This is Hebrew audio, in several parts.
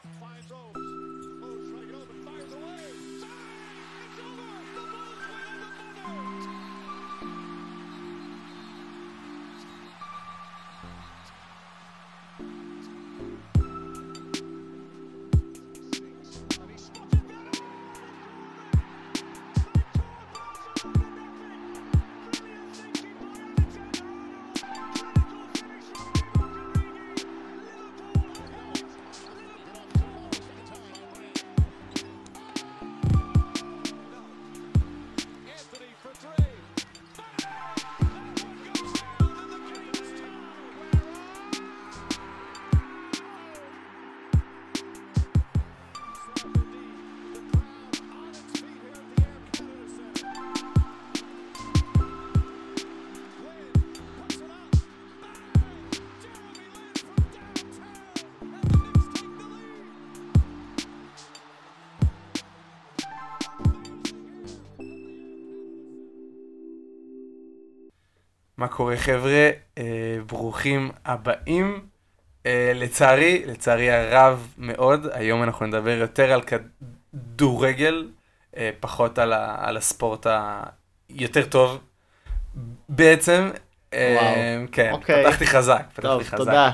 מה קורה חבר'ה? ברוכים הבאים. לצערי הרב מאוד, היום אנחנו נדבר יותר על כדורגל, פחות על הספורט היותר טוב בעצם. כן, פתחתי חזק. טוב, תודה.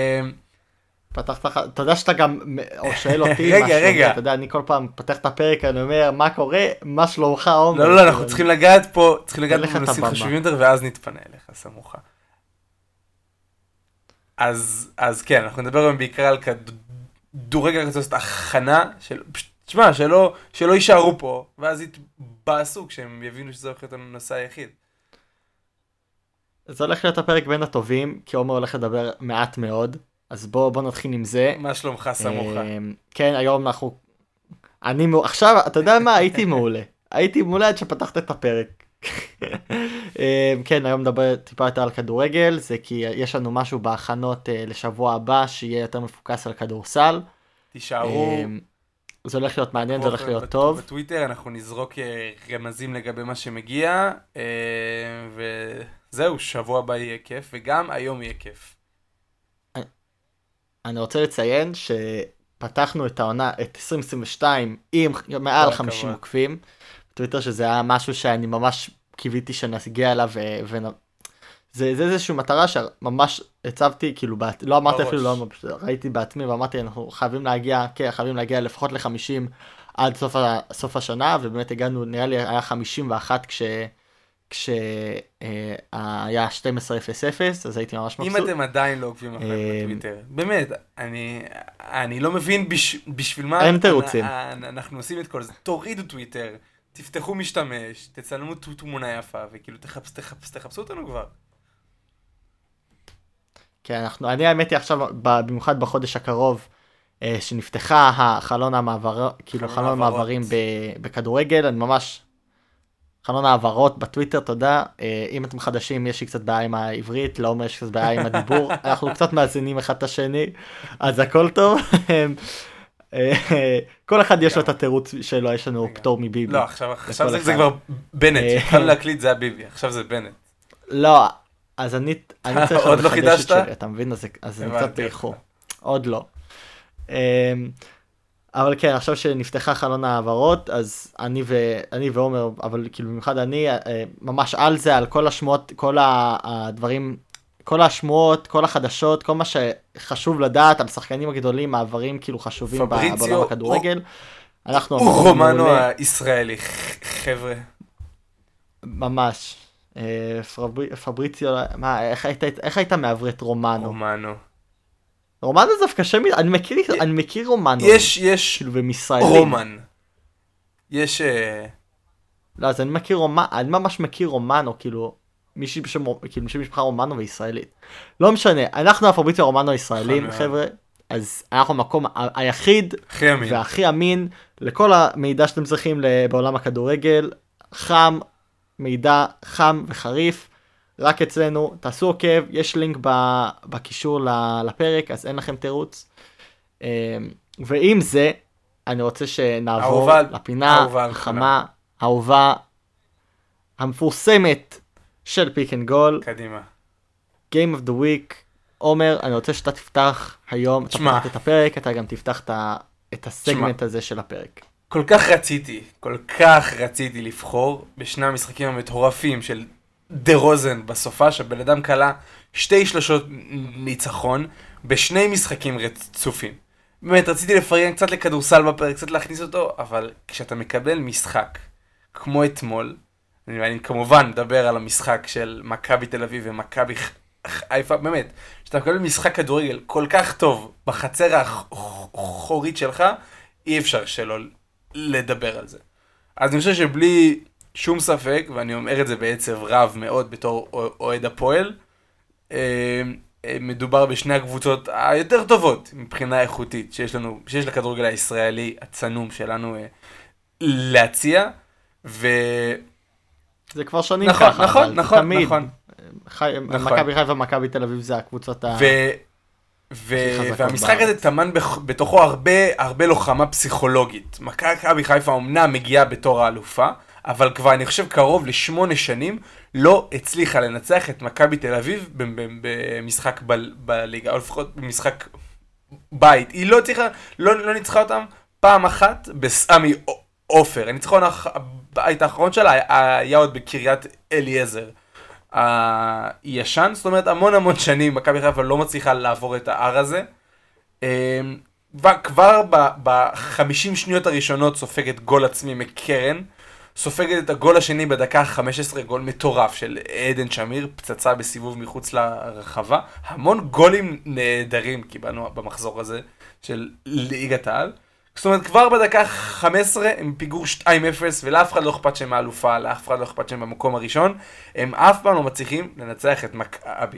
תודה שאתה גם שואל אותי. רגע. אתה יודע, אני כל פעם פתח את הפרק, אני אומר, מה קורה? מה שלומך עומר? לא, אנחנו צריכים לגעת פה בנושאים חשובים יותר, ואז נתפנה אליך, סמוכה. אז כן, אנחנו נדבר היום בעיקר על כדורגל, זאת הכנה, תשמע, שלא יישארו פה, ואז יתבאסו כשהם יבינו שזה הולך להיות הנושא היחיד. זה הולך להיות הפרק בין הטובים, כי עומר הולך לדבר מעט מאוד. אז בוא נתחיל עם זה. מה שלומך סמוכה? כן, היום עכשיו, אתה יודע מה? הייתי מעולה עד שפתחת את הפרק. כן, היום נדבר טיפה יותר על כדורגל, זה כי יש לנו משהו בהכנות לשבוע הבא, שיהיה יותר מפוקס על כדורסל. תישארו. זה הולך להיות מעניין, זה הולך להיות טוב. בטוויטר אנחנו נזרוק רמזים לגבי מה שמגיע, וזהו, שבוע הבא יהיה כיף, וגם היום יהיה כיף. אני רוצה לציין שפתחנו את העונה, את 2022, עם מעל 50 עוקבים בטוויטר, שזה היה משהו שאני ממש קיוויתי שנגיע אליו, זה איזושהי מטרה שממש הצבתי, כאילו, לא אמרתי אפילו, לא ראיתי בעצמי, ואמרתי, אנחנו חייבים להגיע לפחות ל-50 עד סוף השנה, ובאמת הגענו, נראה לי היה 51 כשהיה 12:00, אז הייתי ממש מבסוט. אם אתם עדיין לא עוקבים אחרי בטוויטר, באמת, אני לא מבין בשביל מה אנחנו עושים את כל זה. תורידו טוויטר, תפתחו משתמש, תצלמו תמונה יפה, וכאילו תחפשו אותנו כבר. כן, אני האמת היא עכשיו, במיוחד בחודש הקרוב, שנפתחה החלון המעברים בכדורגל, אני ממש... חלון העברות בטוויטר, תודה. אם אתם חדשים, יש לי קצת בעיה עם העברית, לא אומר שקצת בעיה עם הדיבור. אנחנו קצת מאזינים אחד את השני, אז הכל טוב. כל אחד יש לו את התירוץ שלו, יש לנו פטור מביבי. לא, עכשיו זה כבר בנט, התחלנו להקליט, זה הביבי, עכשיו זה בנט. לא, אז אני צריך עוד לא חידשת? אתה מבין? אז אני קצת באיחור. עוד לא. אבל כן, עכשיו שנפתחה חלון העברות, אז אני ועומר, אבל כאילו במיוחד אני, ממש על זה, על כל השמועות, כל הדברים, כל השמועות, כל החדשות, כל מה שחשוב לדעת, על שחקנים הגדולים, מעברים כאילו חשובים בעולם הכדורגל. הוא רומנו הישראלי, חבר'ה. ממש. פבריציו, איך היית מעברת רומנו? רומנו זה דווקא שם, אני מכיר רומנו. יש כאילו ומישראלים. רומן. יש... לא, אז אני ממש מכיר רומנו, כאילו, מישהי משפחה רומנו וישראלית. לא משנה, אנחנו הפבריציו רומנו הישראלים, חבר'ה, אז אנחנו המקום היחיד והכי אמין לכל המידע שאתם צריכים בעולם הכדורגל, מידע חם וחריף, רק אצלנו, תעשו עוקב, יש לינק בקישור לפרק, אז אין לכם תירוץ. ועם זה, אני רוצה שנעבור לפינה החמה, האהובה, המפורסמת של פיק אנד גול. קדימה. Game of the Week, עומר, אני רוצה שאתה תפתח היום, אתה פתחת את הפרק, אתה גם תפתח את הסגמנט הזה של הפרק. כל כך רציתי לבחור בשני המשחקים המטורפים של דה רוזן בסופה, שבן אדם קלה 2 שלשות ניצחון בשני משחקים רצופים. באמת, רציתי לפרגן קצת לכדורסל בפרק, קצת להכניס אותו, אבל כשאתה מקבל משחק כמו אתמול, אני כמובן מדבר על המשחק של מכבי תל אביב ומכבי חיפה, באמת, כשאתה מקבל משחק כדורגל כל כך טוב בחצר האחורית שלך, אי אפשר שלא לדבר על זה. אז אני חושב שבלי שום ספק, ואני אומר את זה בעצב רב מאוד בתור אוהד הפועל, מדובר בשני הקבוצות היותר טובות מבחינה איכותית שיש לכדורגל הישראלי הצנום שלנו להציע, זה כבר שנים ככה, נכון. מכבי חיפה ומכבי תל אביב זה הקבוצות והמשחק הזה טמן בתוכו הרבה לוחמה פסיכולוגית. מכבי חיפה אומנם מגיעה בתור האלופה, אבל כבר אני חושב קרוב ל8 שנים לא הצליחה לנצח את מכבי תל אביב במשחק בליגה, או לפחות במשחק בית. היא לא צריכה, לא ניצחה אותם פעם אחת בסמי עופר. הניצחון הבית האחרון שלה היה עוד בקריית אליעזר הישן, זאת אומרת המון שנים מכבי חיפה לא מצליחה לעבור את ההר הזה. וכבר ב50 שניות הראשונות סופגת גול עצמי מקרן, סופגת את הגול השני בדקה 15, גול מטורף של עדן שמיר, פצצה בסיבוב מחוץ לרחבה. המון גולים נהדרים קיבלנו במחזור הזה של ליגת העל. זאת אומרת, כבר בדקה 15 הם פיגור 2-0, ולאף אחד לא אכפת שהם האלופה, לאף אחד לא אכפת שהם במקום הראשון. הם אף פעם לא מצליחים לנצח את מכבי.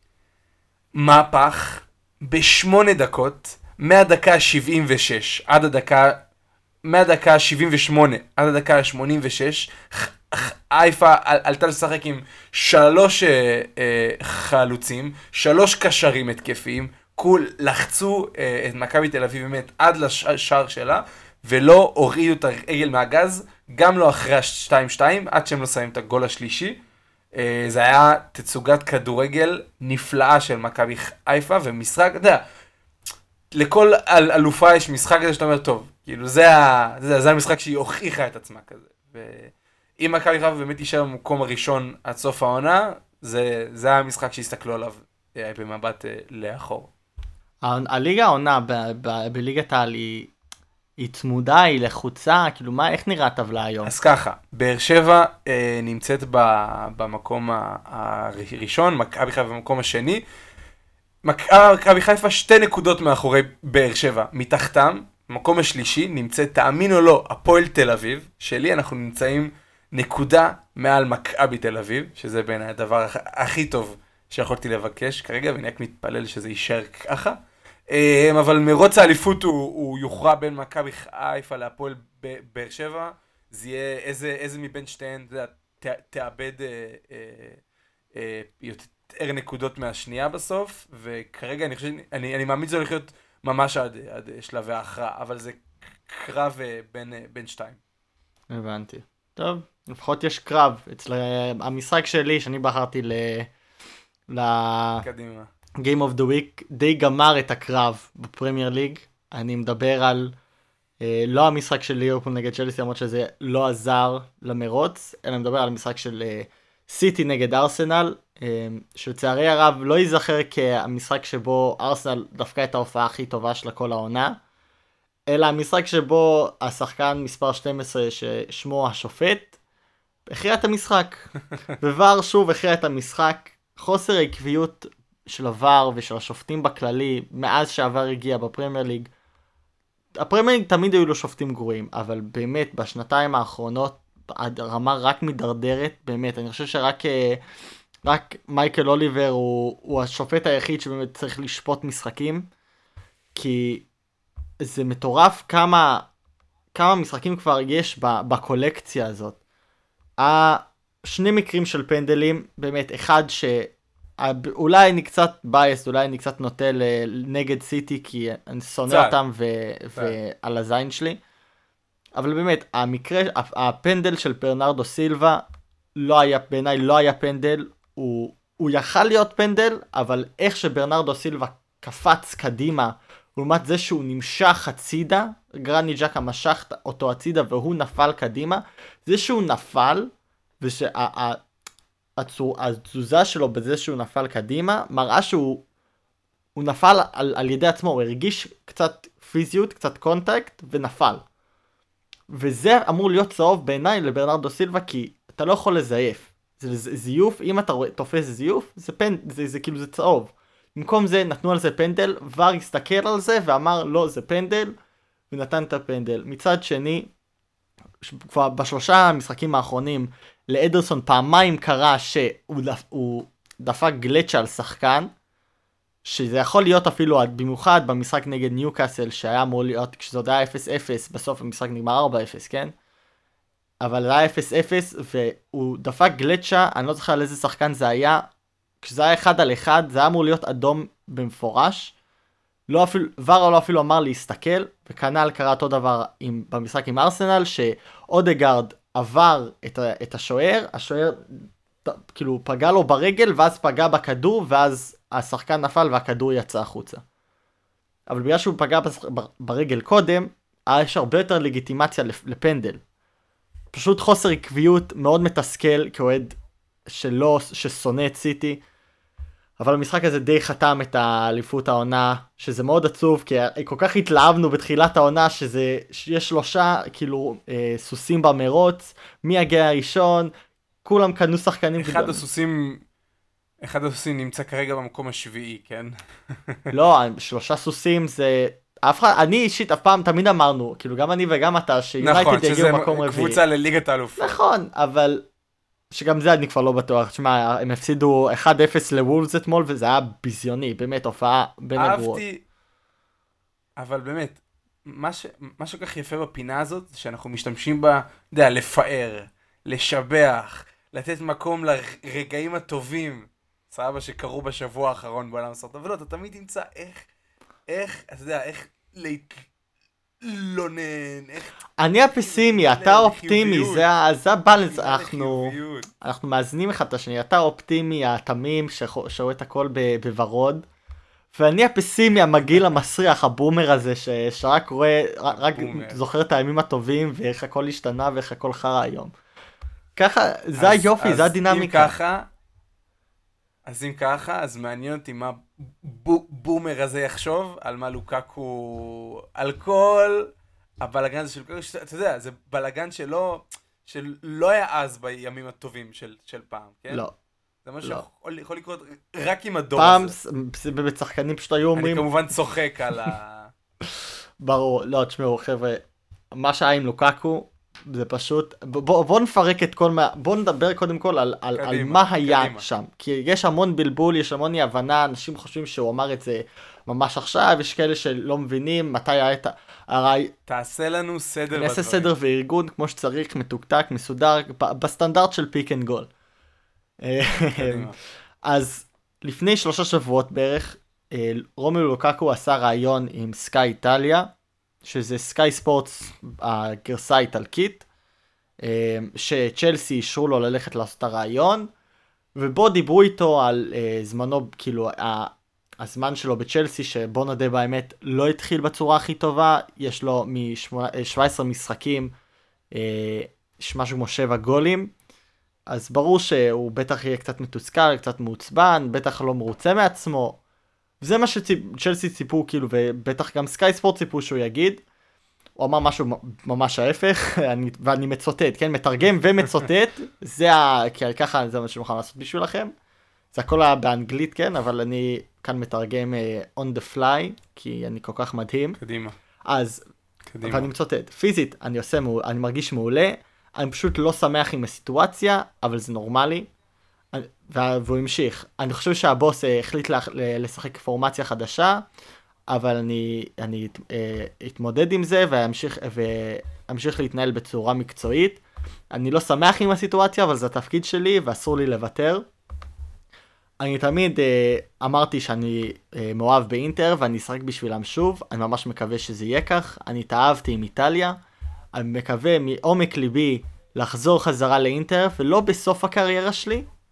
מהפך ב8 דקות, מהדקה 76 עד הדקה, מהדקה 78 עד הדקה 86, חיפה עלתה לשחק עם 3 חלוצים, 3 קשרים התקפיים, לחצו את מכבי תל אביב באמת עד לשער שלה, ולא הורידו את הרגל מהגז, גם לא אחרי ה-2-2, עד שהם לא שמים את הגול השלישי. זה היה תצוגת כדורגל נפלאה של מכבי חיפה, ומשחק, אתה יודע, לכל אלופה יש משחק הזה שאתה אומר, טוב, כאילו זה המשחק שהיא הוכיחה את עצמה כזה. ואם מכבי חיפה באמת יישאר במקום הראשון עד סוף העונה, זה המשחק שהסתכלו עליו במבט לאחור. הליגה העונה בליגת העל היא צמודה, היא לחוצה, כאילו מה, איך נראה הטבלה היום? אז ככה, באר שבע נמצאת במקום הראשון, מכבי חיפה במקום השני, מכבי חיפה 2 נקודות מאחורי באר שבע, מתחתם, במקום השלישי נמצאת, תאמין או לא, הפועל תל אביב, שלי אנחנו נמצאים נקודה מעל מכבי תל אביב, שזה בעיניי הדבר הכי טוב שיכולתי לבקש כרגע, ואני רק מתפלל שזה יישאר ככה. אבל מרוץ האליפות הוא יוכרע בין מכבי חיפה להפועל באר שבע, זה יהיה איזה מבין שתיהן תאבד יותר נקודות מהשנייה בסוף, וכרגע אני מאמין שזה הולך להיות ממש עד שלבי ההכרעה, אבל זה קרב בין שתיים. הבנתי. טוב, לפחות יש קרב. אצל המשחק שלי שאני בחרתי קדימה. Game of the Week די גמר את הקרב בפרמייר ליג. אני מדבר על לא המשחק של ליברפול נגד צ'לסי, למרות שזה לא עזר למרוץ, אלא אני מדבר על המשחק של סיטי נגד ארסנל, שלצערי הרב לא ייזכר כהמשחק שבו ארסנל דווקא את ההופעה הכי טובה שלה כל העונה, אלא המשחק שבו השחקן מספר 12 ששמו השופט הכריע את המשחק. וואר שוב הכריע את המשחק. חוסר העקביות של הוואר ושל השופטים בכללי, מאז שהוואר הגיע בפרמייר ליג, הפרמייר ליג תמיד היו לו שופטים גרועים, אבל באמת בשנתיים האחרונות הרמה רק מדרדרת, באמת, אני חושב שרק מייקל אוליבר הוא השופט היחיד שבאמת צריך לשפוט משחקים, כי זה מטורף כמה משחקים כבר יש בקולקציה הזאת. 2 מקרים של פנדלים, באמת, אחד אולי אני קצת בייס, אולי אני קצת נוטה נגד סיטי, כי אני שונא אותם ועל הזין שלי. אבל באמת, הפנדל של ברנרדו סילבה, בעיניי לא היה פנדל, הוא הוא יכל להיות פנדל, אבל איך שברנרדו סילבה קפץ קדימה, לעומת זה שהוא נמשך הצידה, גרני ג'קה משך אותו הצידה והוא נפל קדימה, זה שהוא נפל, והתזוזה שלו בזה שהוא נפל קדימה, מראה שהוא נפל על ידי עצמו, הוא הרגיש קצת פיזיות, קצת קונטקט, ונפל. וזה אמור להיות צהוב בעיניי לברנרדו סילבה, כי אתה לא יכול לזייף. זה זיוף, אם אתה תופס זיוף, זה כאילו זה צהוב. במקום זה נתנו על זה פנדל, ור הסתכל על זה ואמר לא זה פנדל, ונתן את הפנדל. מצד שני, כבר בשלושה המשחקים האחרונים, לאדרסון פעמיים קרה שהוא דפק גלצ'ה על שחקן, שזה יכול להיות אפילו במיוחד במשחק נגד ניוקאסל, שהיה אמור להיות, כשזה עוד היה 0-0, בסוף המשחק נגמר 4-0, כן? אבל זה היה 0-0, והוא דפק גלצ'ה, אני לא זוכר על איזה שחקן זה היה, כשזה היה 1 על 1, זה היה אמור להיות אדום במפורש, ור לא אפילו אמר להסתכל, וכנ"ל קרה אותו דבר במשחק עם ארסנל, שאודגרד עבר את השוער, השוער כאילו פגע לו ברגל, ואז פגע בכדור, ואז השחקן נפל והכדור יצא החוצה. אבל בגלל שהוא פגע ברגל קודם, יש הרבה יותר לגיטימציה לפנדל. פשוט חוסר עקביות מאוד מתסכל כאוהד ששונא את סיטי. אבל המשחק הזה די חתם את האליפות העונה, שזה מאוד עצוב, כי כל כך התלהבנו בתחילת העונה, שיש 3 כאילו סוסים במרוץ, מי יגיע הראשון, כולם קנו שחקנים. אחד הסוסים נמצא כרגע במקום השביעי, כן? לא, 3 סוסים זה... אני אישית אף פעם תמיד אמרנו, כאילו גם אני וגם אתה, שיונייטד יגיעו מקום רביעי. נכון, שזה קבוצה לליגת האלופות. נכון, אבל שגם זה אני כבר לא בטוח. תשמע, הם הפסידו 1-0 לוולפס אתמול, וזה היה ביזיוני, באמת הופעה בין הגרועות. אהבתי, אבל באמת, מה שכך יפה בפינה הזאת, זה שאנחנו משתמשים בה, לפאר, לשבח, לתת מקום לרגעים הטובים, סבבה שקרו בשבוע האחרון בעולם הסרט, אבל לא, אתה תמיד תמצא איך, אתה יודע, איך להתלונן, איך... אני הפסימי, אתה אופטימי, זה הבאלנס, אנחנו מאזנים אחד את השני, אתה אופטימי, התמים, שרואה את הכל בוורוד, ואני הפסימי, המגעיל, המסריח, הבומר הזה, שרק רואה, רק זוכר את הימים הטובים, ואיך הכל השתנה, ואיך הכל חרא היום. ככה, זה היופי, זה הדינמיקה. אז אם ככה, אז מעניין אותי מה בומר הזה יחשוב, על מה לוקאקו, על כל הבלגן הזה של לוקאקו, אתה יודע, זה בלגן שלא היה אז בימים הטובים של פעם, כן? לא. זה משהו שיכול לקרות רק עם הדור הזה. פעם, בצחקנים פשוט היו אומרים... אני כמובן צוחק על ה... ברור, לא, תשמעו, חבר'ה, מה שהיה עם לוקאקו, זה פשוט, בוא נפרק את כל מה, בוא נדבר קודם כל על מה היה שם, כי יש המון בלבול, יש המון אי הבנה, אנשים חושבים שהוא אמר את זה ממש עכשיו, יש כאלה שלא מבינים מתי היה את תעשה לנו סדר בדברים. נעשה סדר וארגון כמו שצריך, מתוקתק, מסודר, בסטנדרט של פיק אנד גול. אז לפני 3 שבועות בערך, רומלו לוקאקו עשה רעיון עם סקאי איטליה, שזה סקאי ספורטס, הגרסה האיטלקית, שצ'לסי אישרו לו ללכת לעשות את הרעיון, ובו דיברו איתו על זמנו, כאילו, הזמן שלו בצ'לסי, שבוא נודה באמת, לא התחיל בצורה הכי טובה, יש לו 17 משחקים, משהו כמו 7 גולים, אז ברור שהוא בטח יהיה קצת מתוסכל, קצת מעוצבן, בטח לא מרוצה מעצמו, וזה מה שצ'לסי ציפו, כאילו, ובטח גם סקאי ספורט ציפו שהוא יגיד. הוא אמר משהו ממש ההפך, ואני מצוטט, כן? מתרגם ומצוטט, כי ככה זה מה שנוכל לעשות בשבילכם. זה הכל היה באנגלית, כן? אבל אני כאן מתרגם on the fly, כי אני כל כך מדהים. קדימה. אז, ואני מצוטט. פיזית, אני מרגיש מעולה, אני פשוט לא שמח עם הסיטואציה, אבל זה נורמלי. והוא המשיך. אני חושב שהבוס החליט לשחק פורמציה חדשה, אבל אני אתמודד עם זה ואמשיך להתנהל בצורה מקצועית. אני לא שמח עם הסיטואציה, אבל זה התפקיד שלי ואסור לי לוותר. אני תמיד אמרתי שאני מאוהב באינטר ואני אשחק בשבילם שוב. אני ממש מקווה שזה יהיה כך. אני התאהבתי עם איטליה. אני מקווה מעומק ליבי לחזור חזרה לאינטר ולא בסוף הקריירה שלי.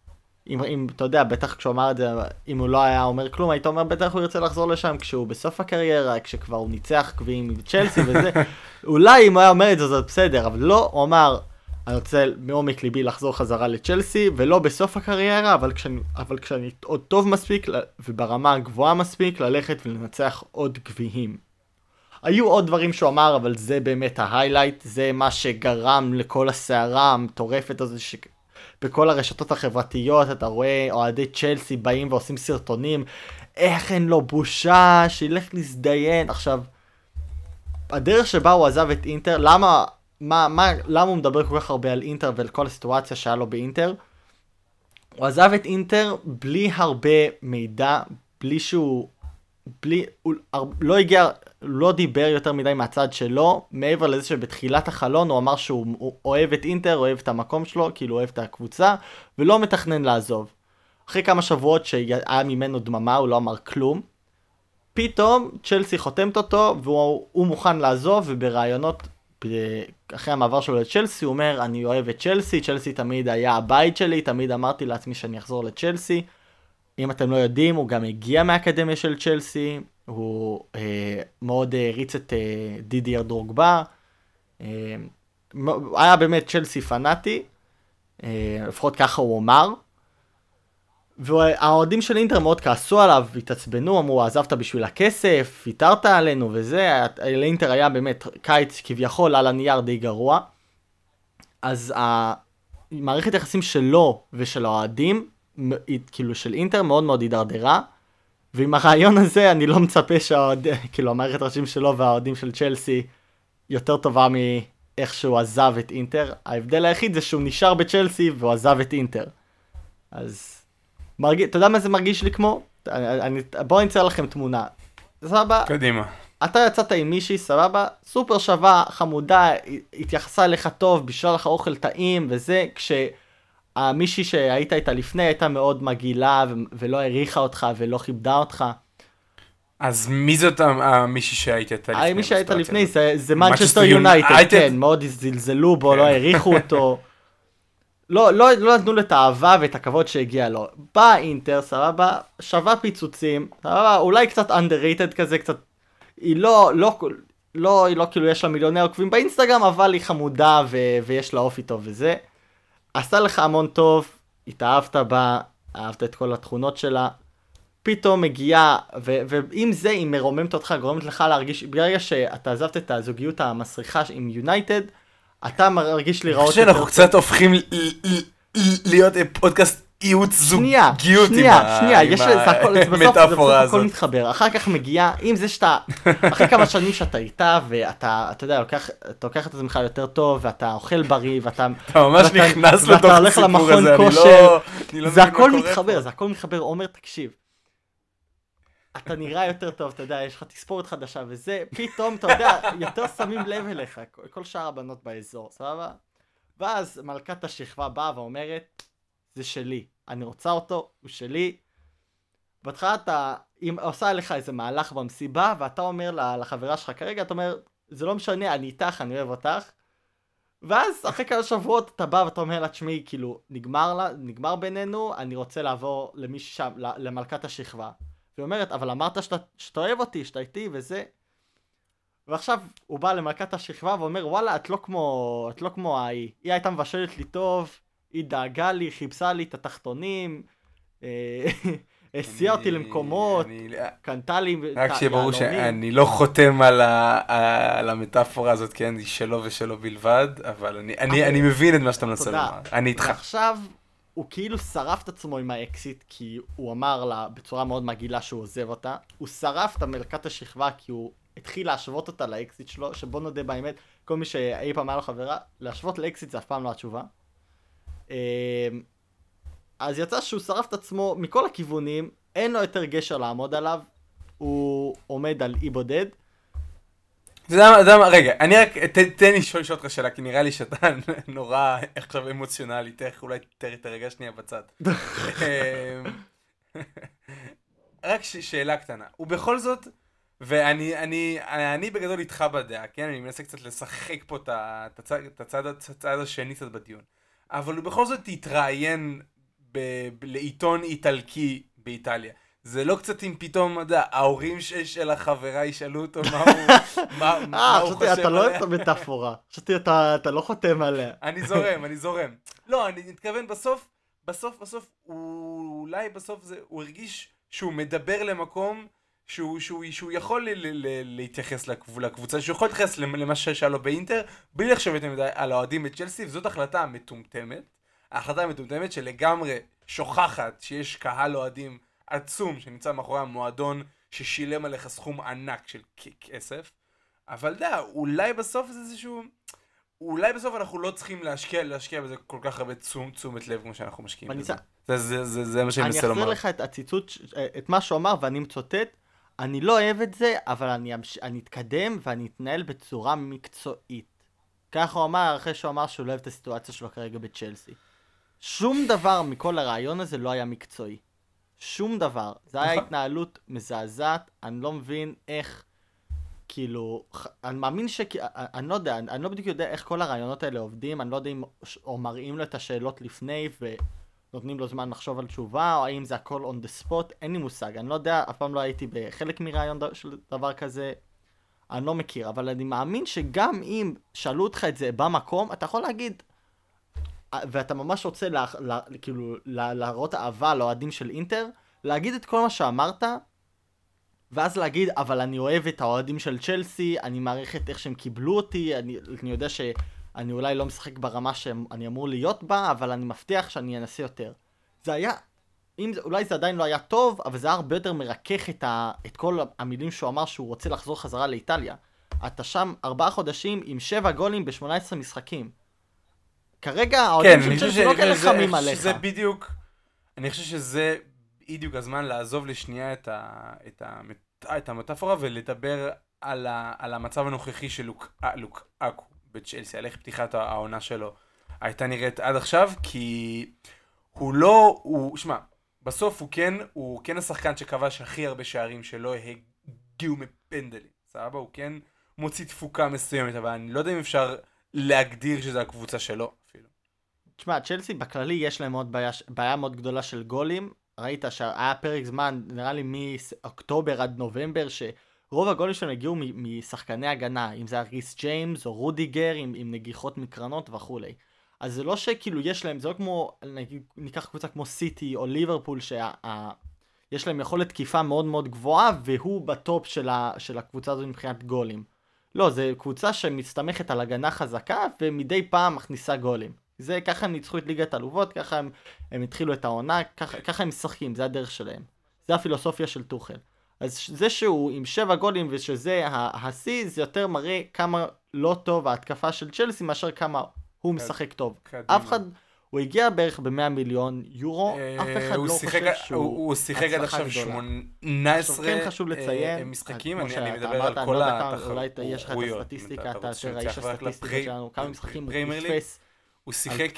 אם אתה יודע, בטח כשהוא אמר את זה, אם הוא לא היה אומר כלום, היית אומר, בטח הוא ירצה לחזור לשם כשהוא בסוף הקריירה, כשכבר הוא ניצח גביעים עם צ'לסי וזה. אולי אם הוא היה אומר את זה, זה בסדר, אבל לא, הוא אמר, אני רוצה מעומק ליבי לחזור חזרה לצ'לסי, ולא בסוף הקריירה, אבל כשאני עוד טוב מספיק, וברמה הגבוהה מספיק, ללכת ולנצח עוד גביעים. היו עוד דברים שהוא אמר, אבל זה באמת ההיילייט, זה מה שגרם לכל הסערה המטורפת הזו, בכל הרשתות החברתיות אתה רואה אוהדי צ'לסי באים ועושים סרטונים, איך אין לו בושה, שילך להזדיין. עכשיו, הדרך שבה הוא עזב את אינטר, למה הוא מדבר כל כך הרבה על אינטר ועל כל הסיטואציה שהיה לו באינטר? הוא עזב את אינטר בלי הרבה מידע, הוא לא דיבר יותר מדי מהצד שלו, מעבר לזה שבתחילת החלון הוא אמר שהוא אוהב את אינטר, אוהב את המקום שלו, כאילו אוהב את הקבוצה, ולא מתכנן לעזוב. אחרי כמה שבועות שהיה ממנו דממה, הוא לא אמר כלום. פתאום צ'לסי חותמת אותו, והוא מוכן לעזוב, וברעיונות, אחרי המעבר שלו לצ'לסי, הוא אומר, אני אוהב את צ'לסי, צ'לסי תמיד היה הבית שלי, תמיד אמרתי לעצמי שאני אחזור לצ'לסי. אם אתם לא יודעים, הוא גם הגיע מהאקדמיה של צ'לסי, הוא מאוד הריץ את דידייר דרוגבה, היה באמת צ'לסי פנאטי, לפחות ככה הוא אומר, והאוהדים של אינטר מאוד כעסו עליו, התעצבנו, אמרו, עזבת בשביל הכסף, ויתרת עלינו וזה, לאינטר היה באמת קיץ כביכול על הנייר די גרוע, אז מערכת היחסים שלו ושל האוהדים, כאילו של אינטר מאוד מאוד הידרדרה, ועם הרעיון הזה אני לא מצפה כאילו המערכת הראשים שלו והאוהדים של צ'לסי יותר טובה מאיך שהוא עזב את אינטר. ההבדל היחיד זה שהוא נשאר בצ'לסי והוא עזב את אינטר. אז אתה יודע מה זה מרגיש לי כמו? בואו נצייר לכם תמונה. סבבה? קדימה. אתה יצאת עם מישהי, סבבה? סופר שווה, חמודה, התייחסה אליך טוב, בישלה לך אוכל טעים וזה, מישהי שהיית איתה לפני הייתה מאוד מגעילה ולא העריכה אותך ולא כיבדה אותך. אז מי זאת המישהי שהיית איתה לפני? מישהי שהיית לפני זה מנצ'סטר יונייטד, כן, מאוד זלזלו בו, לא העריכו אותו. לא נתנו לו את האהבה ואת הכבוד שהגיע לו. בא אינטר, סבבה, שווה פיצוצים, סבבה, אולי קצת underrated כזה, קצת, היא לא כאילו יש לה מיליוני עוקבים באינסטגרם, אבל היא חמודה ויש לה אופי טוב וזה. עשה לך המון טוב, התאהבת בה, אהבת את כל התכונות שלה, פתאום מגיעה, ועם זה היא מרוממת אותך, גורמת לך להרגיש, ברגע שאתה עזבת את הזוגיות המסריחה עם יונייטד, אתה מרגיש לראות יותר... אנחנו קצת הופכים להיות פודקאסט ייעוץ זוגיות עם המטאפורה הזאת. הכל מתחבר, אחר כך מגיע, אם זה שאתה, אחרי כמה שנים שאתה איתה, ואתה, אתה יודע, אתה לוקח את עצמך יותר טוב, ואתה אוכל בריא, אתה ממש נכנס לתוך הסיפור הזה, זה הכל מתחבר, זה הכל מתחבר, עומר, תקשיב. אתה נראה יותר טוב, אתה יודע, יש לך תספורת חדשה וזה, פתאום, אתה יודע, יותר שמים לב אליך, כל שאר הבנות באזור, סבבה? ואז מלכת השכבה באה ואומרת, זה שלי, אני רוצה אותו, הוא שלי. בהתחלה אתה, אם עושה לך איזה מהלך במסיבה, ואתה אומר לחברה שלך כרגע, אתה אומר, זה לא משנה, אני איתך, אני אוהב אותך. ואז אחרי כמה שבועות אתה בא ואתה אומר לה, תשמעי, כאילו, נגמר בינינו, אני רוצה לעבור למישהו שם, למלכת השכבה. והיא אומרת, אבל אמרת שאתה אוהב אותי, שאתה איתי וזה. ועכשיו הוא בא למלכת השכבה ואומר, וואלה, את לא כמו ההיא. היא הייתה מבשלת לי טוב, היא דאגה לי, חיפשה לי את התחתונים, הסיעה אותי למקומות, קנתה לי... רק שברור שאני לא חותם על המטאפורה הזאת, כן, היא שלו ושלו בלבד, אבל אני מבין את מה שאתה מנסה לומר, אני איתך. ועכשיו הוא כאילו שרף את עצמו עם האקסיט, כי הוא אמר לה בצורה מאוד מגעילה שהוא עוזב אותה, הוא שרף את מלכת השכבה כי הוא התחיל להשוות אותה לאקסיט שלו, שבוא נודה באמת, כל מי שאי פעם היה לו חברה, להשוות לאקסיט זה אף פעם לא התשובה. אז יצא שהוא שרף את עצמו מכל הכיוונים, אין לו יותר גשר לעמוד עליו, הוא עומד על אי בודד. רגע, אני רק, תן לי לשאול אותך שאלה, כי נראה לי שאתה נורא עכשיו אמוציונלית, איך אולי תרגע שנייה בצד. רק שאלה קטנה, ובכל זאת, ואני בגדול איתך בדעה, כן? אני מנסה קצת לשחק פה את הצד השני קצת בדיון. אבל הוא בכל זאת התראיין לעיתון איטלקי באיטליה. זה לא קצת אם פתאום, ההורים של החברה ישאלו אותו מה הוא חושב עליה. אתה לא אוהב את המטאפורה. חשבתי, אתה לא חותם עליה. אני זורם. לא, אני מתכוון בסוף, אולי בסוף הוא הרגיש שהוא מדבר למקום שהוא יכול להתייחס לקבוצה, שהוא יכול להתייחס למה ששאל לו באינטר, בלי לחשוב יותר מדי על האוהדים בצ'לסי, וזאת החלטה מטומטמת. ההחלטה המטומטמת שלגמרי שוכחת שיש קהל אוהדים עצום שנמצא מאחורי המועדון ששילם עליך סכום ענק של כסף, אבל אולי בסוף זה איזשהו, אולי בסוף אנחנו לא צריכים להשקיע בזה כל כך הרבה תשומת לב כמו שאנחנו משקיעים בזה. זה מה שאני מנסה לומר. אני אחזיר לך את הציטוט, את מה שהוא אמר, ואני מצוטט, אני לא אוהב את זה, אבל אני אתקדם ואני אתנהל בצורה מקצועית. ככה הוא אמר אחרי שהוא אמר שהוא לא אוהב את הסיטואציה שלו כרגע בצ'לסי. שום דבר מכל הרעיון הזה לא היה מקצועי. שום דבר. זה היה התנהלות מזעזעת, אני לא מבין איך, כאילו, אני מאמין אני לא יודע, אני לא בדיוק יודע איך כל הרעיונות האלה עובדים, אני לא יודע אם או מראים לו את השאלות לפני ונותנים לו זמן לחשוב על תשובה, או האם זה הכל on the spot, אין לי מושג, אני לא יודע, אף פעם לא הייתי בחלק מרעיון של דבר כזה, אני לא מכיר, אבל אני מאמין שגם אם שאלו אותך את זה במקום, אתה יכול להגיד, ואתה ממש רוצה כאילו להראות אהבה לאוהדים של אינטר, להגיד את כל מה שאמרת, ואז להגיד, אבל אני אוהב את האוהדים של צ'לסי, אני מעריך את איך שהם קיבלו אותי, אני יודע שאני אולי לא משחק ברמה שאני אמור להיות בה, אבל אני מבטיח שאני אנסה יותר. זה היה, אולי זה עדיין לא היה טוב, אבל זה היה הרבה יותר מרכך את כל המילים שהוא אמר שהוא רוצה לחזור חזרה לאיטליה. אתה שם 4 חודשים עם 7 גולים ב-18 משחקים. כרגע האוהדים של צ'לסי לא כאלה חמים עליך. זה בדיוק, אני חושב שזה בדיוק הזמן לעזוב לשנייה את המטאפורה ולדבר על המצב הנוכחי של לוקאקו בצ'לסי, על איך פתיחת העונה שלו הייתה נראית עד עכשיו, כי שמע, בסוף הוא כן השחקן שכבש הכי הרבה שערים שלא הגיעו מפנדלים, סבבה? הוא כן מוציא תפוקה מסוימת, אבל אני לא יודע אם אפשר להגדיר שזה הקבוצה שלו אפילו. תשמע, צ'לסי בכללי יש להם עוד בעיה מאוד גדולה של גולים. ראית שהיה פרק זמן, נראה לי מאוקטובר עד נובמבר, שרוב הגולים שלהם הגיעו משחקני הגנה, אם זה ריס ג'יימס או רודיגר עם נגיחות מקרנות וכו'. אז זה לא שכאילו יש להם, זה לא כמו, ניקח קבוצה כמו סיטי או ליברפול, שיש להם יכולת תקיפה מאוד מאוד גבוהה, והוא בטופ של הקבוצה הזו מבחינת גולים. לא, זה קבוצה שמסתמכת על הגנה חזקה, ומדי פעם מכניסה גולים. זה ככה הם ניצחו את ליגת אלופות, ככה הם התחילו את העונה, ככה הם משחקים, זה הדרך שלהם. זה הפילוסופיה של טוחל. אז זה שהוא עם 7 גולים ושזה השיא, זה יותר מראה כמה לא טוב ההתקפה של צ'לסי, מאשר כמה הוא משחק טוב. אף אחד, הוא הגיע בערך ב100 מיליון יורו, אף אחד לא חושב שהוא שיחק עד עכשיו 18 כן חשוב לציין, משחקים, אני מדבר על כל התחרויות. אולי יש לך את הסטטיסטיקה, אתה האיש הסטטיסטיקה שלנו, כמה משחקים הוא תפס. הוא שיחק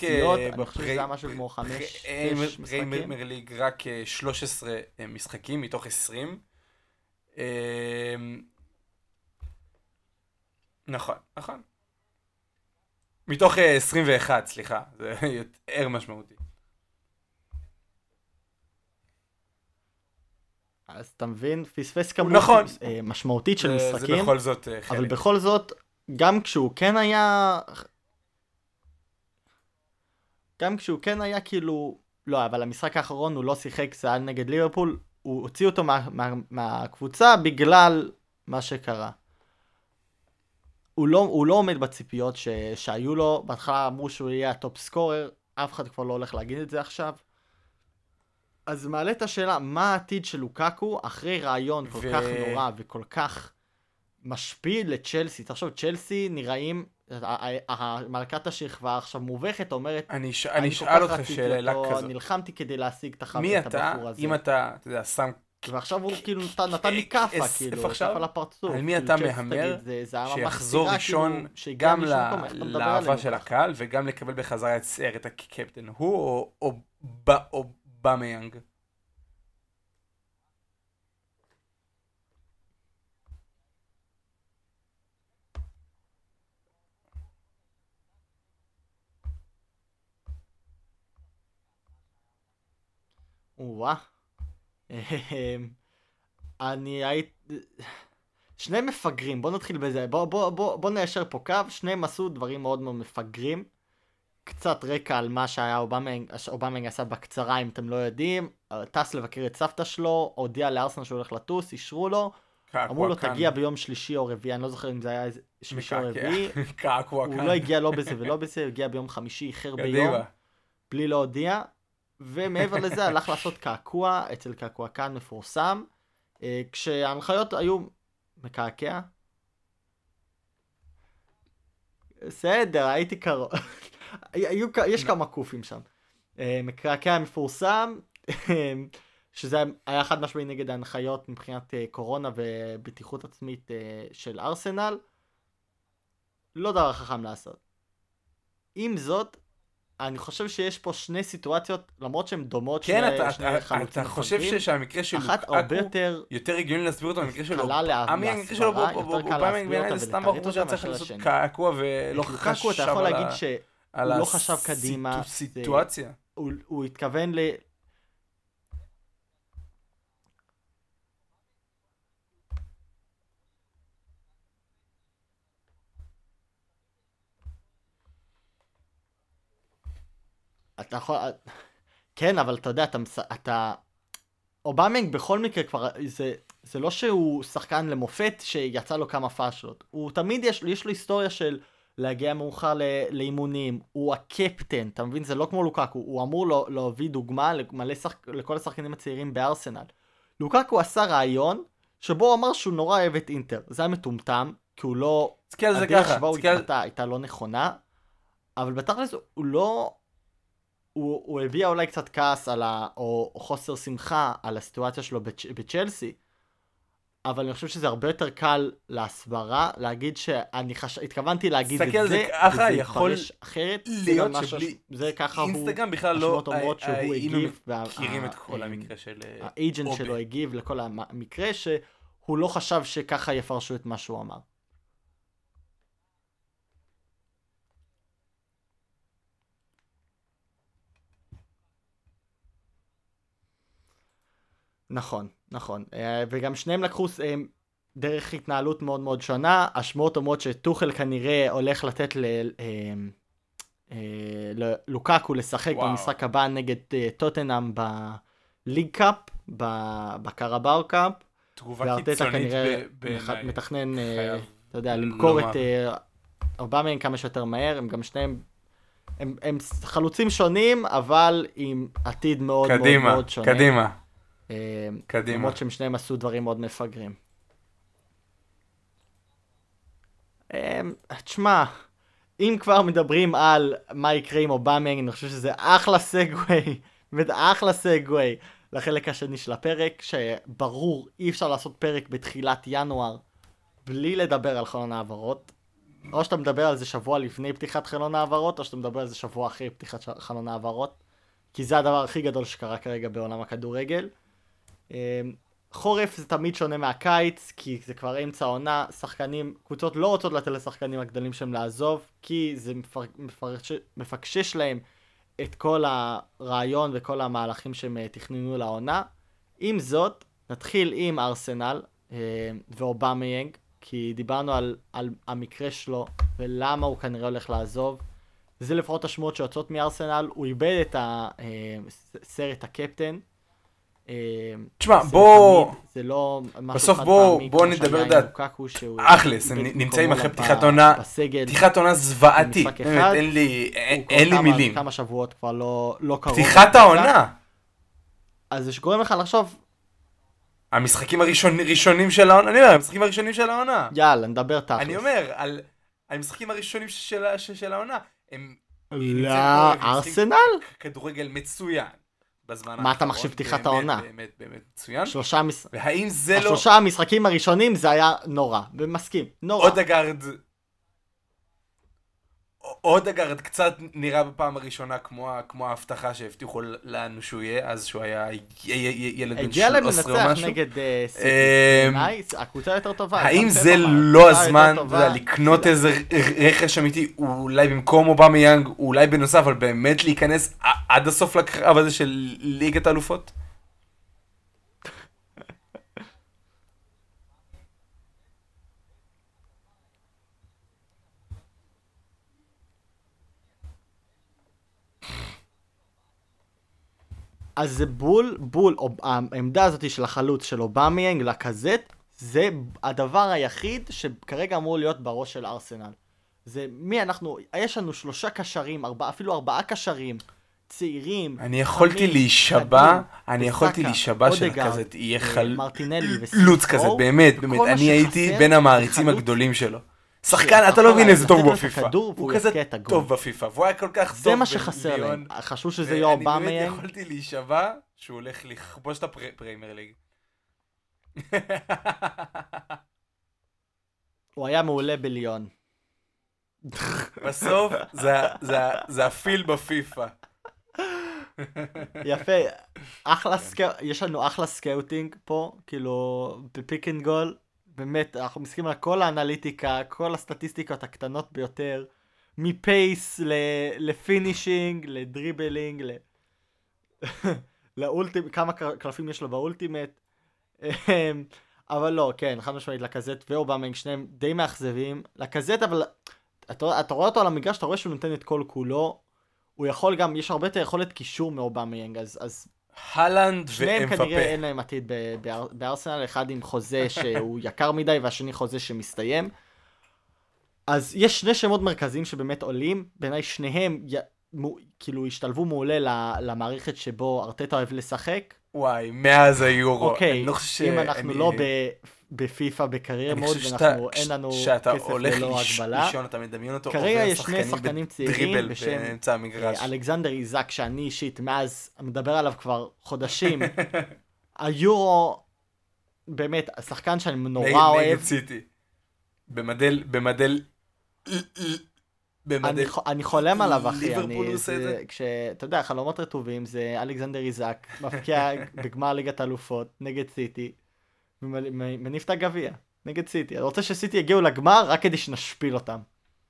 בפריימר ליג רק 13 משחקים מתוך 20. נכון. מתוך 21, סליחה. זה יותר משמעותי. אז אתה מבין, פספס כמות משמעותית של משחקים. זה בכל זאת חלק. אבל בכל זאת, גם כשהוא כן היה כאילו, לא, אבל המשחק האחרון הוא לא שיחק, זה היה נגד ליברפול, הוא הוציא אותו מהקבוצה בגלל מה שקרה. הוא לא עומד בציפיות שהיו לו, בהתחלה אמרו שהוא יהיה הטופ סקורר, אף אחד כבר לא הולך להגיד את זה עכשיו. אז מעלה את השאלה, מה העתיד של לוקאקו אחרי רעיון כל כך נורא וכל כך משפיל לצ'לסי? תחשוב, צ'לסי נראים, מלכת השכבה עכשיו מובכת, אומרת, אני אשאל אותך שאלה כזאת. נלחמתי כדי להשיג את הבחור הזה. אם אתה יודע, שם... ועכשיו הוא כאילו נתן לי כפה, כאילו, כפה לפרצוף. על מי אתה מהמר שיחזור ראשון גם לאהבה של הקהל, וגם לקבל בחזרה את סיירת הקפטן? הוא או במיינג? וואה. אני הייתי... שני מפגרים, בוא נתחיל בזה. בוא ניישר פה קו, שניהם עשו דברים מאוד מאוד מפגרים. קצת רקע על מה שהיה אובאמיאנג עשה בקצרה, אם אתם לא יודעים. טס לבקר את סבתא שלו, הודיע לארסנל שהוא הולך לטוס, אישרו לו. אמרו לו תגיע ביום שלישי או רביעי, אני לא זוכר אם זה היה שלישי או רביעי. הוא לא הגיע לא בזה ולא בזה, הוא הגיע ביום חמישי, איחר ביום, בלי להודיע. ומעבר לזה הלך לעשות קעקוע אצל קעקועקן מפורסם, כשההנחיות היו מקעקע. בסדר, הייתי קרוב. יש כמה קופים שם. מקעקע מפורסם, שזה היה חד משמעי נגד ההנחיות מבחינת קורונה ובטיחות עצמית של ארסנל. לא דבר חכם לעשות. עם זאת, אני חושב שיש פה שני סיטואציות, למרות שהן דומות, כן, אתה חושב שהמקרה של לוקאקו יותר הגיוני להסביר אותו במקרה שלו. המקרה שלו אובאמיאנג בעיניי זה סתם בחור שהיה צריך לעשות קעקוע ולא חשב אתה יכול להגיד שהוא לא חשב קדימה. סיטואציה. הוא התכוון אתה יכול... כן, אבל אתה יודע, אובאמיאנג בכל מקרה כבר, זה לא שהוא שחקן למופת שיצא לו כמה פאשלות. הוא תמיד יש לו היסטוריה של להגיע מאוחר לאימונים. הוא הקפטן, אתה מבין? זה לא כמו לוקאקו. הוא אמור להביא דוגמה לכל השחקנים הצעירים בארסנל. לוקאקו עשה רעיון שבו הוא אמר שהוא נורא אוהב את אינטר. זה היה מטומטם, כי הוא לא... הדרך שבה הוא התפתה הייתה לא נכונה, אבל בתכלס הוא לא... הוא הביע אולי קצת כעס או חוסר שמחה על הסיטואציה שלו בצ'לסי, אבל אני חושב שזה הרבה יותר קל להסברה, להגיד שאני התכוונתי להגיד את זה, וזה יתפרש אחרת, להיות שבלי זה ככה הוא, אינסטגרם בכלל לא היינו מכירים את כל המקרה של האג'נט שלו הגיב לכל המקרה, שהוא לא חשב שככה יפרשו את מה שהוא אמר. נכון. וגם שניהם לקחו דרך התנהלות מאוד מאוד שונה. השמועות אומרות שטוחל כנראה הולך לתת ללוקאקו לשחק במשחק הבא נגד טוטנהאם בליג קאפ, בקרבאו קאפ. תגובה קיצונית בעיניי. מתכנן, אתה יודע, למכור את אובאמיאנג כמה שיותר מהר. הם גם שניהם, הם חלוצים שונים, אבל עם עתיד מאוד מאוד שונה. קדימה. למרות שהם שניהם עשו דברים מאוד מפגרים. תשמע, אם כבר מדברים על מה יקרה עם אובאמיאנג, אני חושב שזה אחלה סגווי לחלק השני של הפרק, שברור אי אפשר לעשות פרק בתחילת ינואר בלי לדבר על חלון העברות. או שאתה מדבר על זה שבוע לפני פתיחת חלון העברות, או שאתה מדבר על זה שבוע אחרי פתיחת חלון העברות, כי זה הדבר הכי גדול שקרה כרגע בעולם הכדורגל. חורף זה תמיד שונה מהקיץ, כי זה כבר אמצע העונה, קבוצות לא רוצות לתת לשחקנים הגדולים שלהם לעזוב, כי זה מפקשש להם את כל הרעיון וכל המהלכים שהם תכננו לעונה. עם זאת, נתחיל עם ארסנל ואובאמיאנג, כי דיברנו על המקרה שלו ולמה הוא כנראה הולך לעזוב. זה לפחות השמועות שיוצאות מארסנל. הוא איבד את הסרט הקפטן. תשמע, בסוף בוא נדבר דעת, אחלס, הם נמצאים אחרי פתיחת עונה זוועתי, אין לי מילים. כמה שבועות כבר לא קרוב. פתיחת העונה. אז זה שגורם לך לחשוב. המשחקים הראשונים של העונה, אני אומר, המשחקים הראשונים של העונה. יאללה, נדבר תכלס. אני אומר, על המשחקים הראשונים של העונה, הם... ארסנל? כדורגל מצוין. מה אתה מחשיב פתיחת העונה? באמת מצוין. והאם זה לא... השלושה המשחקים הראשונים זה היה נורא, ומסכים, נורא. אודגרד קצת נראה בפעם הראשונה כמו ההבטחה שהבטיחו לנו שהוא יהיה, אז שהוא היה ילד בן 13 או משהו. הגיע להם לנצח נגד סיטי, הקבוצה יותר טובה. האם זה לא הזמן לקנות איזה רכש אמיתי, אולי במקום אובאמיאנג, אולי בנוסף, אבל באמת להיכנס עד הסוף לקרב הזה של ליגת האלופות? אז זה בול, העמדה הזאת של החלוץ של אובמיאנג לקזט, זה הדבר היחיד שכרגע אמור להיות בראש של ארסנל. זה יש לנו 3 קשרים, אפילו 4 קשרים, צעירים. אני יכולתי להישבע שלקזט יהיה חלוץ כזה, באמת, אני הייתי בין המעריצים הגדולים שלו. שחקן, אתה לא מבין איזה טוב הוא בפיפה. הוא כזה טוב בפיפה, והוא היה כל כך טוב. זה מה שחסר להם, חשוב שזה יהיה אובמיאנג. אני באמת יכולתי להישבע שהוא הולך לכבוש את הפריימר ליג. הוא היה מעולה בליון. בסוף זה הפיל בפיפה. יפה, יש לנו אחלה סקאוטינג פה, כאילו בפיק אנד גול, באמת אנחנו מסכים על כל האנליטיקה, כל הסטטיסטיקות הקטנות ביותר, מפייס לפינישינג, לדריבלינג, כמה קלפים יש לו באולטימט, אבל לא, כן, חד משמעית לקזט ואובמיאנג, שניהם די מאכזבים, לקזט, אבל אתה רואה אותו על המגרש, אתה רואה שהוא נותן את כל כולו, הוא יכול גם, יש הרבה יותר יכולת קישור מאובמיאנג, אז הלנד שניהם ואמבפה. כנראה אין להם עתיד בארסנל, אחד עם חוזה שהוא יקר מדי, והשני חוזה שמסתיים. אז יש 2 שמות מרכזיים שבאמת עולים, בעיניי שניהם כאילו השתלבו מעולה למערכת שבו ארטטה אוהב לשחק. וואי, מאז היורו. אוקיי, אם אנחנו לא בפיפה בקרייר מוד, אין לנו כסף ללא הגבלה. אתה מדמיין אותו כרגע יש 2 שחקנים צעירים בשם אלכסנדר איזק, שאני אישית מאז מדבר עליו כבר חודשים. היורו, באמת, השחקן שאני נורא אוהב. נגד סיטי. במדל אני חולם עליו, אחי. אתה יודע, חלומות רטובים זה אלכסנדר איזק, מפקיע בגמר ליגת אלופות נגד סיטי, ומניף את הגביע נגד סיטי. אני רוצה שסיטי יגיעו לגמר רק כדי שנשפיל אותם.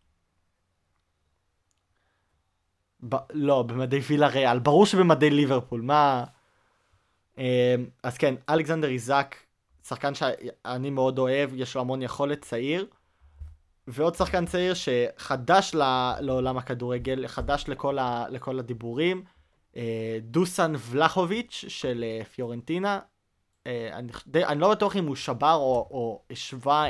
לא, במדי וילה ריאל. ברור שבמדי ליברפול. מה? אז כן, אלכסנדר איזק, שחקן שאני מאוד אוהב, יש לו המון יכולת, צעיר. ועוד שחקן צעיר שחדש לעולם הכדורגל, חדש לכל הדיבורים, דוסן ולחוביץ' של פיורנטינה. אני לא בטוח אם הוא שבר או השווה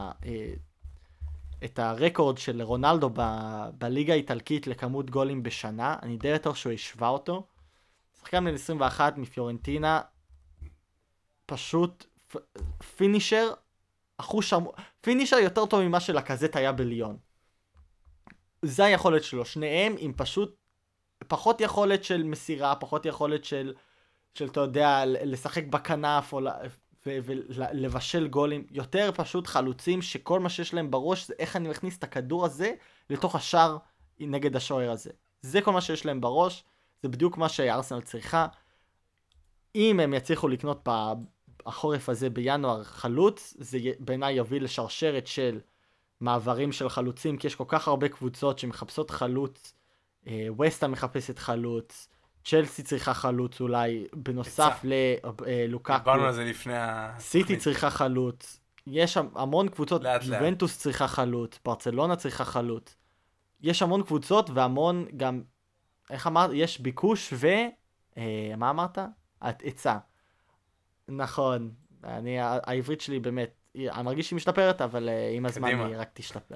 את הרקורד של רונלדו בליגה האיטלקית לכמות גולים בשנה. אני די בטוח שהוא השווה אותו. שחקן בן 21 מפיורנטינה, פשוט פינישר, פינישר יותר טוב ממה שלקזט היה בליון. זה היכולת שלו, שניהם עם פחות יכולת של מסירה, פחות יכולת של אתה יודע, לשחק בכנף ולבשל גולים, יותר פשוט חלוצים שכל מה שיש להם בראש זה איך אני מכניס את הכדור הזה לתוך השער נגד השוער הזה. זה כל מה שיש להם בראש, זה בדיוק מה שארסנל צריכה. אם הם יצליחו לקנות החורף הזה בינואר חלוץ, זה בעיניי יוביל לשרשרת של מעברים של חלוצים, כי יש כל כך הרבה קבוצות שמחפשות חלוץ, וסטהאם מחפשת חלוץ, צ'לסי צריכה חלוץ אולי, בנוסף ללוקאקו, דיברנו על זה לפני סיטי צריכה חלוץ, יש המון קבוצות, יובנטוס צריכה חלוץ, ברצלונה צריכה חלוץ, יש המון קבוצות והמון גם, איך אמרת, יש ביקוש מה אמרת? היצע. נכון, העברית שלי באמת, אני מרגיש שהיא משתפרת, אבל עם הזמן היא רק תשתפר.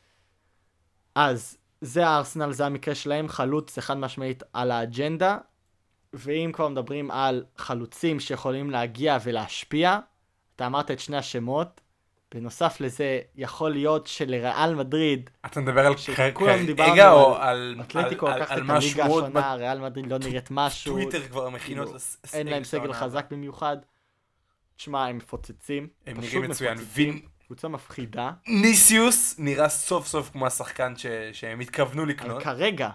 אז זה הארסנל, זה המקרה שלהם, חלוץ אחד משמעית על האג'נדה, ואם כבר מדברים על חלוצים שיכולים להגיע ולהשפיע, אתה אמרת את שני השמות, בנוסף לזה יכול להיות שלריאל מדריד, אתה מדבר על כרגע או על אתלטיקו לקחת את הליגה השונה, ריאל מדריד לא נראית משהו, טוויטר כבר מכינות אין להם סגל חזק במיוחד, תשמע, הם מפוצצים, הם נראים מצוין, קבוצה מפחידה. ניסיוס נראה סוף סוף כמו השחקן שהם התכוונו לקנות. כרגע.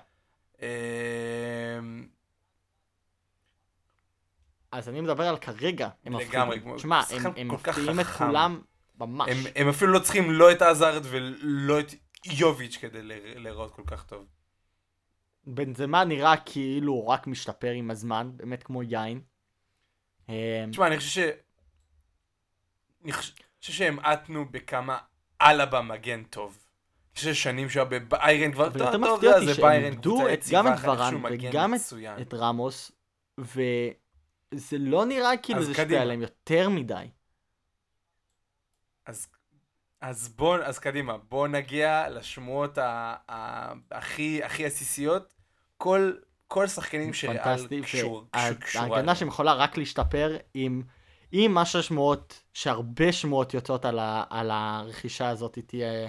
אז אני מדבר על כרגע. לגמרי. תשמע, הם מפתיעים את כולם ממש. הם אפילו לא צריכים לא את האזארד ולא את יוביץ' כדי לראות כל כך טוב. בנזמה נראה כאילו הוא רק משתפר עם הזמן, באמת כמו יין. תשמע, אני חושב שהם עטנו בכמה אלבה מגן טוב. אני חושב ששנים שהיה בביירן כבר טוב, זה ביירן קבוצה יציבה, גם את ורן וגם את רמוס, זה לא נראה כאילו זה ישפיע עליהם יותר מדי. אז קדימה, בוא נגיע לשמועות הכי עסיסיות. כל שחקנים שריאל קשורה. ההגנה שהם יכולה רק להשתפר עם מה ששמועות, שהרבה שמועות יוצאות על הרכישה הזאת תהיה...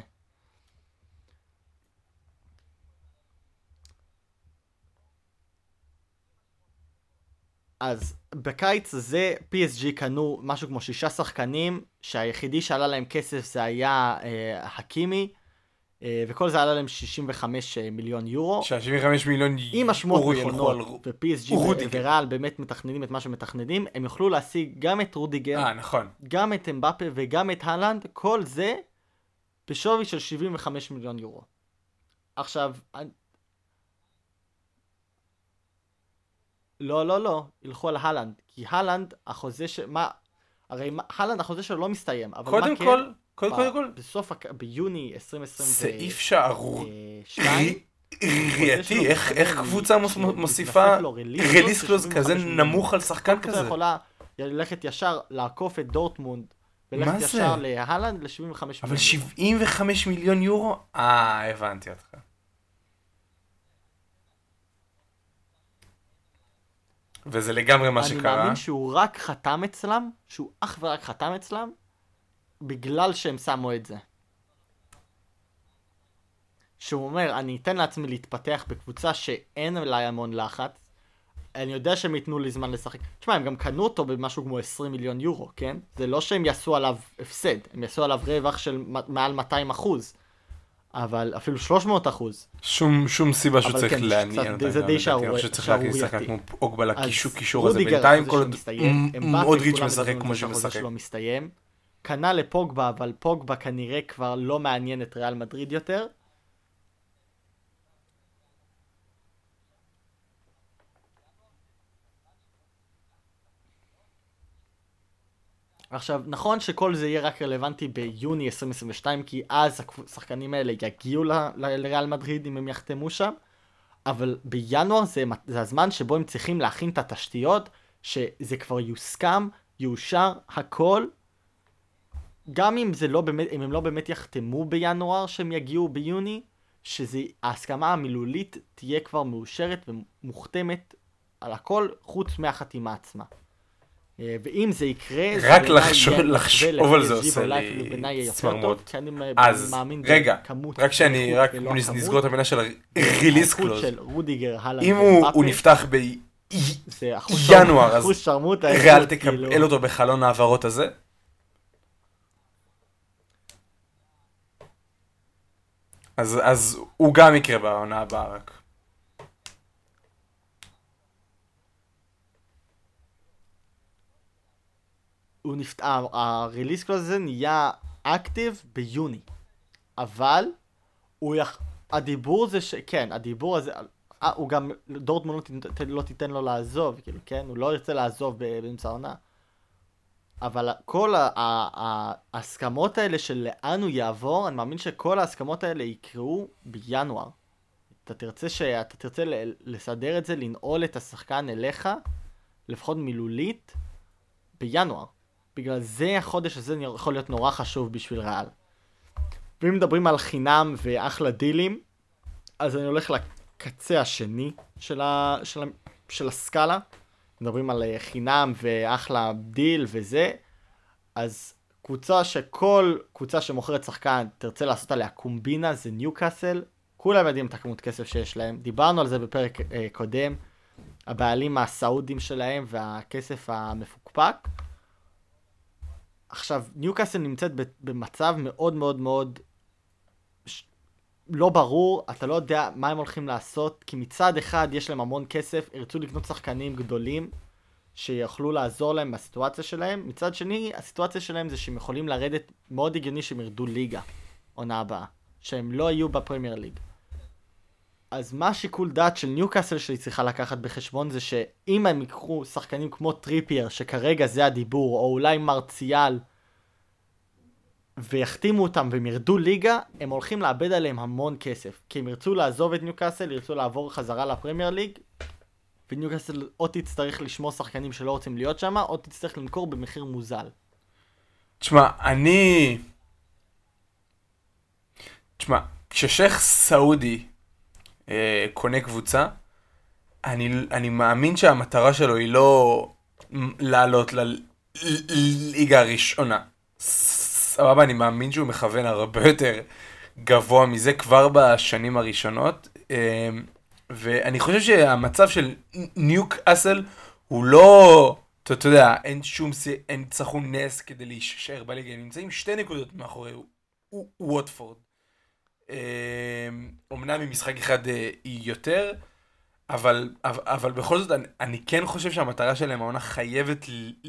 אז בקיץ הזה PSG קנו משהו כמו 6 שחקנים, שהיחידי שעלה להם כסף זה היה הקימי, וכל זה עלה להם 65 מיליון יורו. 65 מיליון יורו עם השמועות נכונות, ו-PSG וריאל באמת מתכננים את מה שמתכננים, הם יוכלו להשיג גם את רודיגר, נכון. גם את אמבפה וגם את הלנד, כל זה בשווי של 75 מיליון יורו. עכשיו... לא, ילכו על הלנד, כי הלנד, החוזה הרי הלנד החוזה שלו לא מסתיים, אבל קודם כל, בסוף, ביוני 2022, סעיף שערורייתי, איך קבוצה מוסיפה רליס קלוז כזה נמוך על שחקן כזה? קבוצה יכולה ללכת ישר, לעקוף את דורטמונד, וללכת ישר להלנד ל-75 מיליון יורו. אבל 75 מיליון יורו? הבנתי אותך. וזה לגמרי מה שקרה. אני מאמין שהוא רק חתם אצלם, שהוא אך ורק חתם אצלם, בגלל שהם שמו את זה. שהוא אומר, אני אתן לעצמי להתפתח בקבוצה שאין עליי המון לחץ, אני יודע שהם ייתנו לי זמן לשחק. תשמע, הם גם קנו אותו במשהו כמו 20 מיליון יורו, כן? זה לא שהם יעשו עליו הפסד, הם יעשו עליו רווח של מעל 200%. אבל אפילו 300%. שום סיבה שהוא צריך לעניין אותה. זה די שערורייתי. אני חושב שצריך להכניס שחקן כמו פוגבה לקישור הזה. בינתיים כל עוד מודריץ' משחק כמו שמשחק. קנה לפוגבה, אבל פוגבה כנראה כבר לא מעניין את ריאל מדריד יותר. עכשיו, נכון שכל זה יהיה רק רלוונטי ביוני 2022, כי אז השחקנים האלה יגיעו לריאל מדריד אם הם יחתמו שם, אבל בינואר זה הזמן שבו הם צריכים להכין את התשתיות, שזה כבר יוסכם, יאושר, הכל, גם אם הם לא באמת יחתמו בינואר שהם יגיעו ביוני, שההסכמה המילולית תהיה כבר מאושרת ומוכתמת על הכל חוץ מהחתימה עצמה. ואם זה יקרה, רק לחשוב על זה עושה לי צמרמוט. אז רגע, רק שאני נסגור את המילה של ריליס קלוז. אם הוא נפתח בינואר, אז ריאל תקבל אותו בחלון העברות הזה. אז הוא גם יקרה בעונה הבאה רק. הריליס קלוז הזה נהיה אקטיב ביוני, אבל הדיבור זה כן, הדיבור הזה, הוא גם, דורטמונד לא תיתן לו לעזוב, כאילו, כן? הוא לא ירצה לעזוב באמצע העונה. אבל כל ההסכמות האלה של לאן הוא יעבור, אני מאמין שכל ההסכמות האלה יקראו בינואר. אתה תרצה לסדר את זה, לנעול את השחקן אליך, לפחות מילולית, בינואר. בגלל זה החודש הזה יכול להיות נורא חשוב בשביל ריאל. ואם מדברים על חינם ואחלה דילים, אז אני הולך לקצה השני של הסקאלה. מדברים על חינם ואחלה דיל וזה. אז כל קבוצה שמוכרת שחקן תרצה לעשות עליה קומבינה, זה ניוקאסל. כולם יודעים את הכמות כסף שיש להם. דיברנו על זה בפרק קודם. הבעלים הסעודים שלהם והכסף המפוקפק. עכשיו, ניוקאסל נמצאת במצב מאוד מאוד מאוד לא ברור, אתה לא יודע מה הם הולכים לעשות, כי מצד אחד יש להם המון כסף, ירצו לקנות שחקנים גדולים שיוכלו לעזור להם בסיטואציה שלהם, מצד שני, הסיטואציה שלהם זה שהם יכולים לרדת, מאוד הגיוני שהם ירדו ליגה, עונה הבאה, שהם לא יהיו בפרמייר ליג. אז מה השיקול דעת של ניוקאסל שהיא צריכה לקחת בחשבון זה שאם הם יקחו שחקנים כמו טריפייר, שכרגע זה הדיבור, או אולי מרציאל, ויחתימו אותם והם ירדו ליגה, הם הולכים לאבד עליהם המון כסף. כי הם ירצו לעזוב את ניוקאסל, ירצו לעבור חזרה לפרמייר ליג, וניוקאסל או תצטרך לשמור שחקנים שלא רוצים להיות שם, או תצטרך למכור במחיר מוזל. תשמע, כששייך סעודי קונה קבוצה, אני מאמין שהמטרה שלו היא לא לעלות לליגה הראשונה. סבבה, אני מאמין שהוא מכוון הרבה יותר גבוה מזה כבר בשנים הראשונות, ואני חושב שהמצב של ניוקאסל הוא לא, אתה יודע, אין צחו נס כדי להישאר בליגה, הם נמצאים 2 נקודות מאחורי ווטפורד. אמנם ממשחק אחד היא יותר, אבל בכל זאת אני כן חושב שהמטרה שלהם העונה חייבת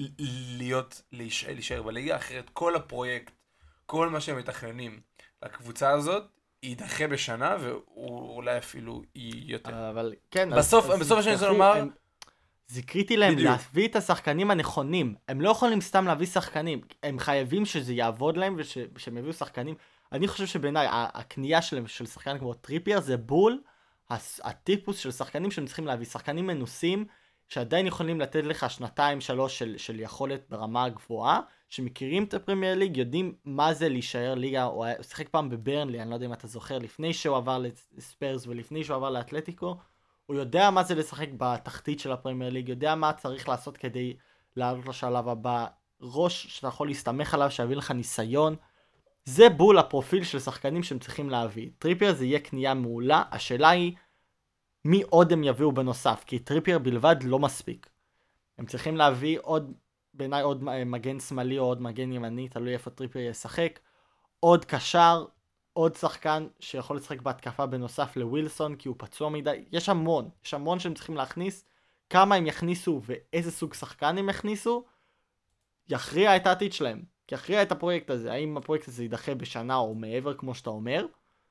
להישאר בליגה, אחרת כל הפרויקט, כל מה שהם מתכננים לקבוצה הזאת, יידחה בשנה, ואולי אפילו יותר. אבל כן, בסוף השני רוצה לומר, זה קריטי להם להביא את השחקנים הנכונים. הם לא יכולים סתם להביא שחקנים. הם חייבים שזה יעבוד להם ושהם יביאו שחקנים. אני חושב שבעיניי הקנייה שלהם של שחקן כמו טריפייר זה בול הטיפוס של שחקנים שהם צריכים להביא. שחקנים מנוסים שעדיין יכולים לתת לך 2-3 של יכולת ברמה הגבוהה, שמכירים את הפרמייר ליג, יודעים מה זה להישאר ליגה. הוא שיחק פעם בברנלי, אני לא יודע אם אתה זוכר, לפני שהוא עבר לספרס ולפני שהוא עבר לאתלטיקו, הוא יודע מה זה לשחק בתחתית של הפרמייר ליג, יודע מה צריך לעשות כדי לעלות לשלב הבא, ראש שאתה יכול להסתמך עליו, שיביא לך ניסיון. זה בול הפרופיל של שחקנים שהם צריכים להביא. טריפייר זה יהיה קנייה מעולה, השאלה היא מי עוד הם יביאו בנוסף, כי טריפייר בלבד לא מספיק. הם צריכים להביא בעיניי עוד מגן שמאלי או עוד מגן ימני, תלוי איפה טריפייר ישחק, עוד קשר, עוד שחקן שיכול לשחק בהתקפה בנוסף לווילסון, כי הוא פצוע מדי. יש המון שהם צריכים להכניס. כמה הם יכניסו ואיזה סוג שחקן הם יכניסו, יכריע את העתיד שלהם. יכריע את הפרויקט הזה. האם הפרויקט הזה יידחה בשנה או מעבר, כמו שאתה אומר,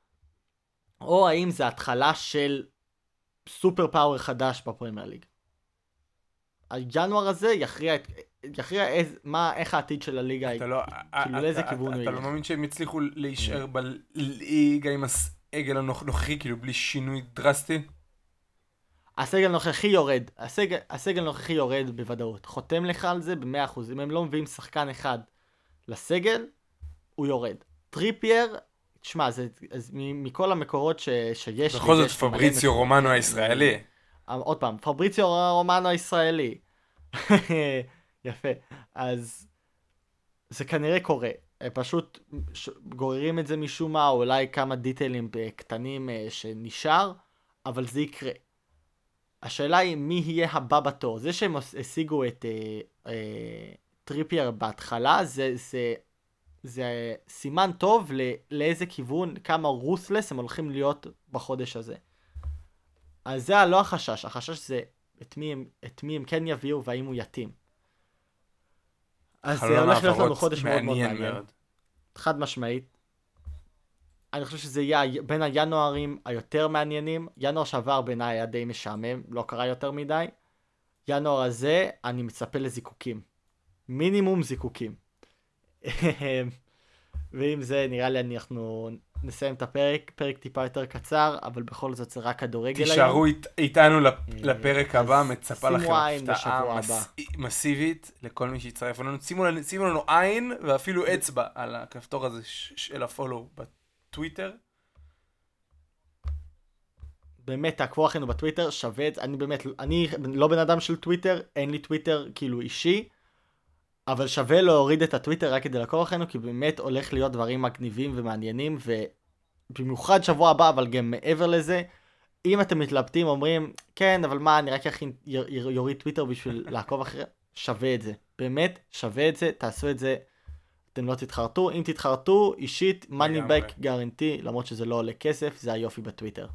או האם זה התחלה של סופר פאוור חדש בפרמייר ליג. הינואר הזה יכריע איך העתיד של הליגה, כאילו לאיזה כיוון הוא יהיה. אתה לא מאמין שהם יצליחו להישאר בליגה עם הסגל הנוכחי, כאילו בלי שינוי דרסטי? הסגל הנוכחי יורד בוודאות. חותם לך על זה ב100%. אם הם לא מביאים שחקן אחד לסגל, הוא יורד. טריפייר, תשמע, מכל המקורות שיש... בכל זאת פבריציו רומנו הישראלי. עוד פעם, פבריציו רומנו הישראלי. יפה. אז זה כנראה קורה. פשוט גוררים את זה משום מה, או אולי כמה דיטיילים קטנים שנשאר, אבל זה יקרה. השאלה היא מי יהיה הבא בתור. זה שהם השיגו את טריפייר בהתחלה, זה סימן טוב לאיזה כיוון, כמה רוסלס הם הולכים להיות בחודש הזה. אז זה לא החשש. החשש זה את מי הם כן יביאו והאם הוא יתאים. אז זה הולך להיות לנו חודש מאוד מאוד מעניין. חד משמעית. אני חושב שזה יהיה בין הינוארים היותר מעניינים. ינואר שעבר בעיניי היה די משעמם, לא קרה יותר מדי. ינואר הזה אני מצפה לזיקוקים. מינימום זיקוקים. ועם זה נראה לי אנחנו נסיים את הפרק, פרק טיפה יותר קצר, אבל בכל זאת זה רק כדורגל היום. תישארו איתנו לפרק הבא, מצפה לכם הפתעה מסיבית לכל מי שיצטרף לנו. שימו לנו עין ואפילו אצבע על הכפתור הזה של הפולו בטוויטר. באמת, תעקבו אחרינו בטוויטר, שווה את זה. אני לא בן אדם של טוויטר, אין לי טוויטר כאילו אישי, אבל שווה להוריד את הטוויטר רק כדי לעקוב אחרינו, כי באמת הולך להיות דברים מגניבים ומעניינים, ובמיוחד שבוע הבא, אבל גם מעבר לזה, אם אתם מתלבטים, אומרים, כן, אבל מה, אני רק יוריד טוויטר בשביל לעקוב אחרי, שווה את זה. באמת, שווה את זה, תעשו את זה, אתם לא תתחרטו. אם תתחרטו, אישית, money back guarantee, למרות שזה לא עולה כסף, זה היופי בטוויטר.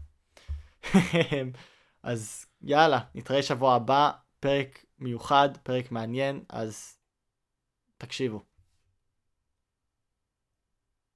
אז יאללה, נתראה שבוע הבא, פרק מיוחד, פרק מעניין, אז תקשיבו.